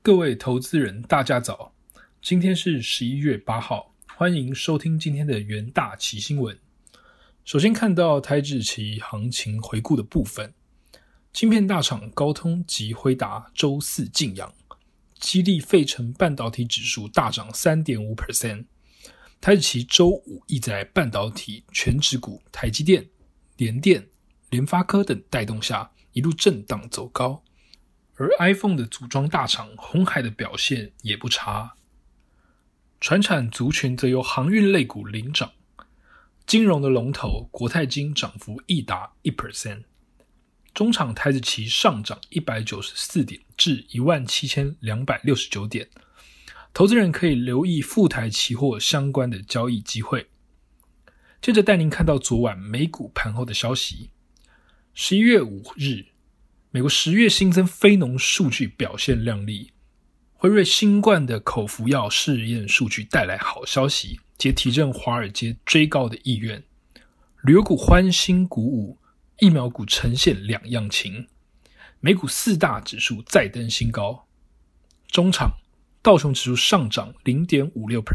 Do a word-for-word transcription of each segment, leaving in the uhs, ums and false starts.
各位投资人大家早，今天是十一月八号，欢迎收听今天的元大期新闻。首先看到台指期行情回顾的部分，晶片大厂高通及辉达周四晋阳，激励费城半导体指数大涨 百分之三点五。 台指期周五亦在半导体全指股台积电、联电、联发科等带动下一路震荡走高，而 iPhone 的组装大厂鸿海的表现也不差。传产族群则由航运类股领涨，金融的龙头国泰金涨幅亦达 百分之一。 中场台指期上涨一百九十四点至 一万七千两百六十九点，投资人可以留意富台期货相关的交易机会。接着带您看到昨晚美股盘后的消息。十一月五日，美国十月新增非农数据表现亮丽，辉瑞新冠的口服药试验数据带来好消息，皆提振华尔街追高的意愿。旅游股欢欣鼓舞，疫苗股呈现两样情，美股四大指数再登新高。中场道琼指数上涨 百分之零点五六，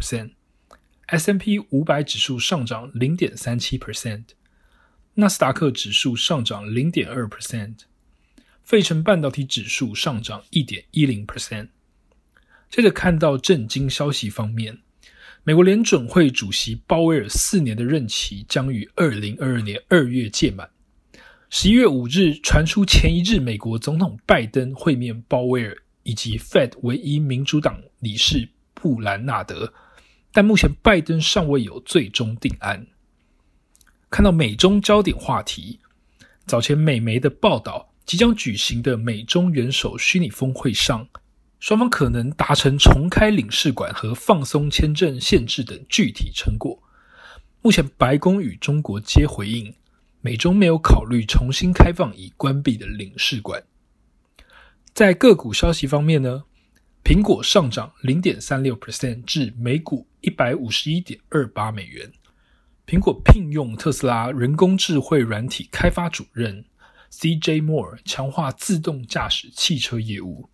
S and P 五百 指数上涨 百分之零点三七， 纳斯达克指数上涨 百分之零点二， 费城半导体指数上涨 百分之一点一零。 接着看到政经消息方面，美国联准会主席鲍威尔四年的任期将于二零二二年二月届满。十一月五日传出前一日美国总统拜登会面鲍威尔以及 Fed 唯一民主党理事布兰纳德，但目前拜登尚未有最终定案。看到美中焦点话题，早前美媒的报道，即将举行的美中元首虚拟峰会上，双方可能达成重开领事馆和放松签证限制等具体成果。目前白宫与中国皆回应，美中没有考虑重新开放已关闭的领事馆。在个股消息方面呢，苹果上涨 百分之零点三六 至每股 一百五十一点二八美元。苹果聘用特斯拉人工智慧软体开发主任 C J Moore 强化自动驾驶汽车业务。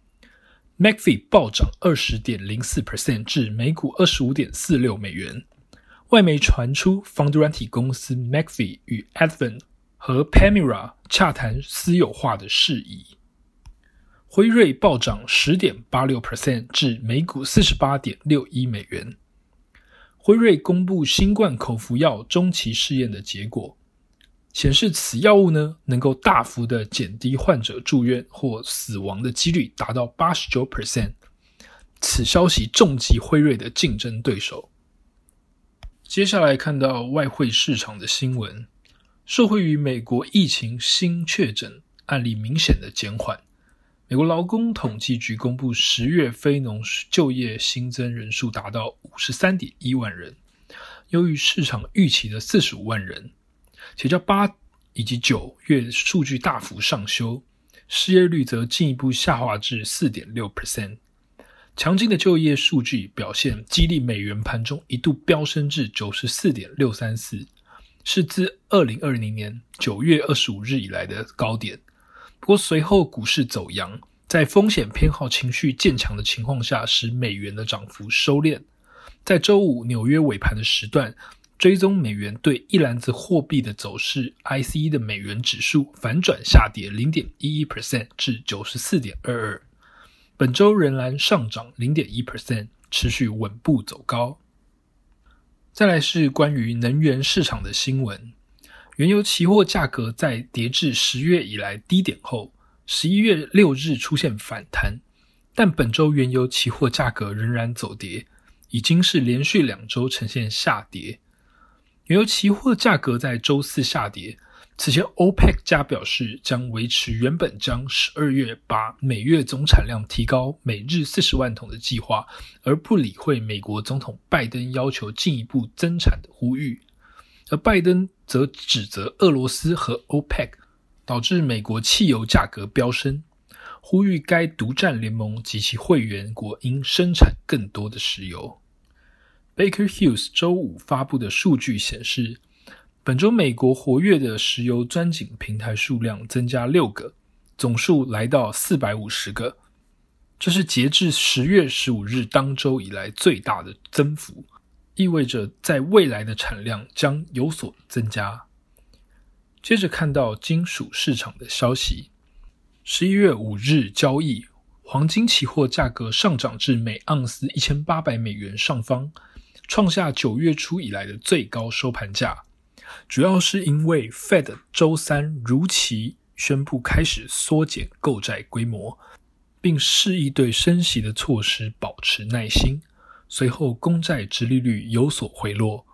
M C A F E 暴涨 百分之二十点零四 至每股 二十五点四六美元。外媒传出防毒软体公司 M C A F E 与 Advent 和 Permira 洽谈私有化的事宜。辉瑞暴涨 百分之十点八六 至每股 四十八点六一美元。辉瑞公布新冠口服药中期试验的结果，显示此药物呢能够大幅的减低患者住院或死亡的几率，达到 百分之八十九。 此消息重击辉瑞的竞争对手。接下来看到外汇市场的新闻，受惠于美国疫情新确诊案例明显的减缓，美国劳工统计局公布十月非农就业新增人数达到 五十三点一万人，优于市场预期的四十五万人，且较八以及九月数据大幅上修，失业率则进一步下滑至 四点六。 强劲的就业数据表现激励美元盘中一度飙升至 九十四点六三四， 是自二零二零年九月二十五日以来的高点。不过随后股市走阳，在风险偏好情绪渐强的情况下，使美元的涨幅收敛。在周五纽约尾盘的时段，追踪美元对一篮子货币的走势 I C E 的美元指数反转下跌 零点一一 至 九十四点二二， 本周仍然上涨 零点一， 持续稳步走高。再来是关于能源市场的新闻，原油期货价格在跌至十月以来低点后，十一月六日出现反弹，但本周原油期货价格仍然走跌，已经是连续两周呈现下跌。原油期货价格在周四下跌，此前 OPEC 加表示将维持原本将十二月把每月总产量提高每日四十万桶的计划，而不理会美国总统拜登要求进一步增产的呼吁。而拜登则指责俄罗斯和 OPEC 导致美国汽油价格飙升，呼吁该独占联盟及其会员国应生产更多的石油。Baker Hughes 周五发布的数据显示，本周美国活跃的石油钻井平台数量增加六个，总数来到四百五十个。 这是截至十月十五日当周以来最大的增幅，意味着在未来的产量将有所增加。接着看到金属市场的消息，十一月五日交易，黄金期货价格上涨至每盎司一千八百美元上方，创下九月初以来的最高收盘价，主要是因为 Fed 周三如期宣布开始缩减购债规模，并示意对升息的措施保持耐心，随后公债殖利率有所回落。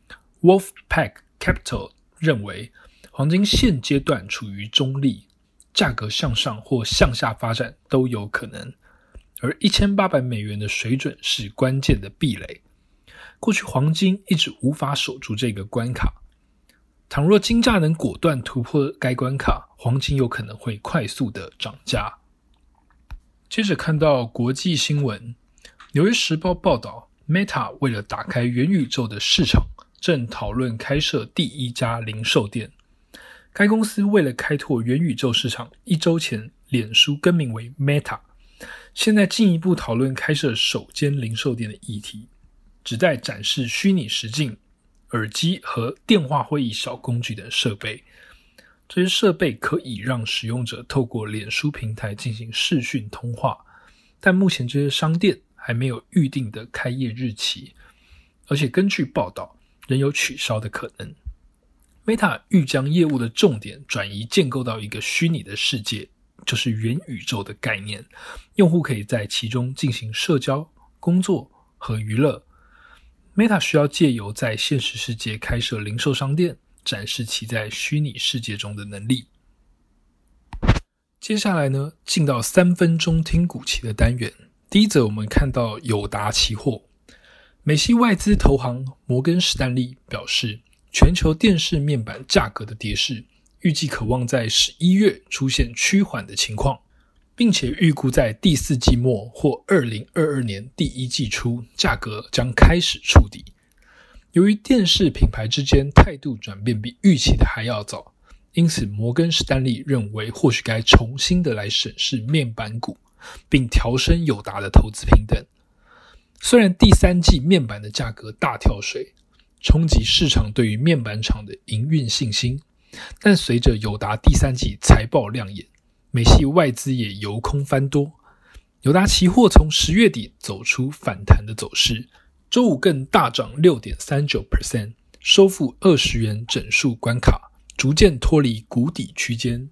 Wolfpack Capital 认为黄金现阶段处于中立，价格向上或向下发展都有可能，而一千八百美元的水准是关键的壁垒。过去黄金一直无法守住这个关卡，倘若金价能果断突破该关卡，黄金有可能会快速的涨价。接着看到国际新闻，纽约时报报道 Meta 为了打开元宇宙的市场，正讨论开设第一家零售店。该公司为了开拓元宇宙市场，一周前脸书更名为 Meta， 现在进一步讨论开设首间零售店的议题，旨在展示虚拟实境、耳机和电话会议小工具等设备。这些设备可以让使用者透过脸书平台进行视讯通话，但目前这些商店还没有预定的开业日期，而且根据报道仍有取消的可能。Meta 欲将业务的重点转移建构到一个虚拟的世界，就是元宇宙的概念，用户可以在其中进行社交、工作和娱乐。Meta 需要借由在现实世界开设零售商店，展示其在虚拟世界中的能力。接下来呢，进到三分钟听股期的单元。第一则我们看到友达期货，美系外资投行摩根士丹利表示，全球电视面板价格的跌势预计可望在十一月出现趋缓的情况，并且预估在第四季末或二零二二年第一季初价格将开始触底。由于电视品牌之间态度转变比预期的还要早，因此摩根士丹利认为或许该重新的来审视面板股，并调升友达的投资评等。虽然第三季面板的价格大跳水，冲击市场对于面板厂的营运信心，但随着友达第三季财报亮眼，美系外资也由空翻多，友达期货从十月底走出反弹的走势，周五更大涨 百分之六点三九， 收复二十元整数关卡，逐渐脱离谷底区间。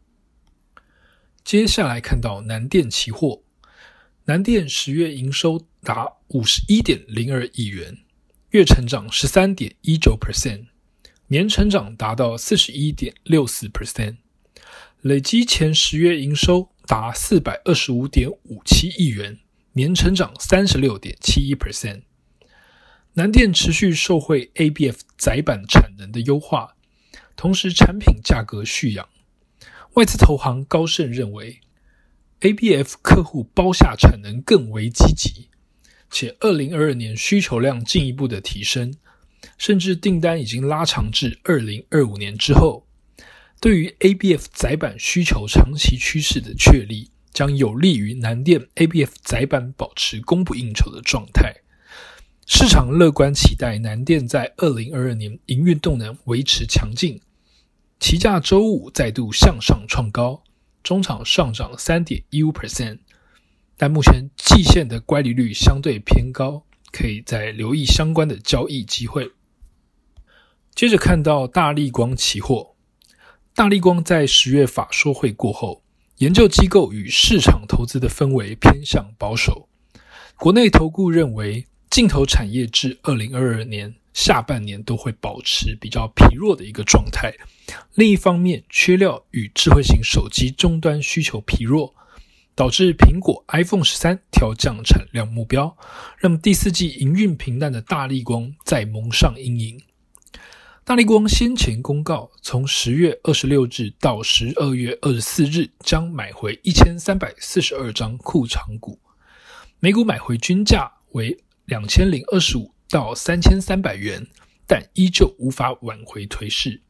接下来看到南电期货，南电十月营收达 五十一点零二亿元，月成长 十三点一九， 年成长达到 四十一点六四， 累积前十月营收达 四百二十五点五七亿元，年成长 三十六点七一。 南电持续受惠 A B F 载板产能的优化，同时产品价格续扬。外资投行高盛认为 A B F 客户包下产能更为积极，且二零二二年需求量进一步的提升，甚至订单已经拉长至二零二五年之后。对于 A B F 载板需求长期趋势的确立，将有利于南电 A B F 载板保持供不应求的状态。市场乐观期待南电在二零二二年营运动能维持强劲，期价周五再度向上创高，中场上涨 三点一五， 但目前季线的乖离率相对偏高，可以再留意相关的交易机会。接着看到大立光期货，大立光在十月法说会过后，研究机构与市场投资的氛围偏向保守。国内投顾认为镜头产业至二零二二年下半年都会保持比较疲弱的一个状态。另一方面，缺料与智慧型手机终端需求疲弱，导致苹果 iPhone 十三 调降产量目标，让第四季营运平淡的大立光再蒙上阴影。大立光先前公告，从十月二十六日到十二月二十四日将买回一千三百四十二张库藏股，每股买回均价为两千零二十五到三千三百元，但依旧无法挽回颓势。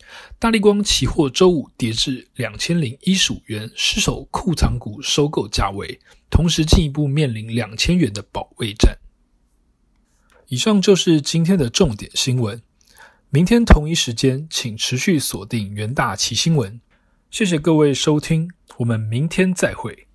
大立光期货周五跌至两千零一十五元，失守库藏股收购价位，同时进一步面临两千元的保卫战。以上就是今天的重点新闻，明天同一时间请持续锁定元大奇新闻。谢谢各位收听，我们明天再会。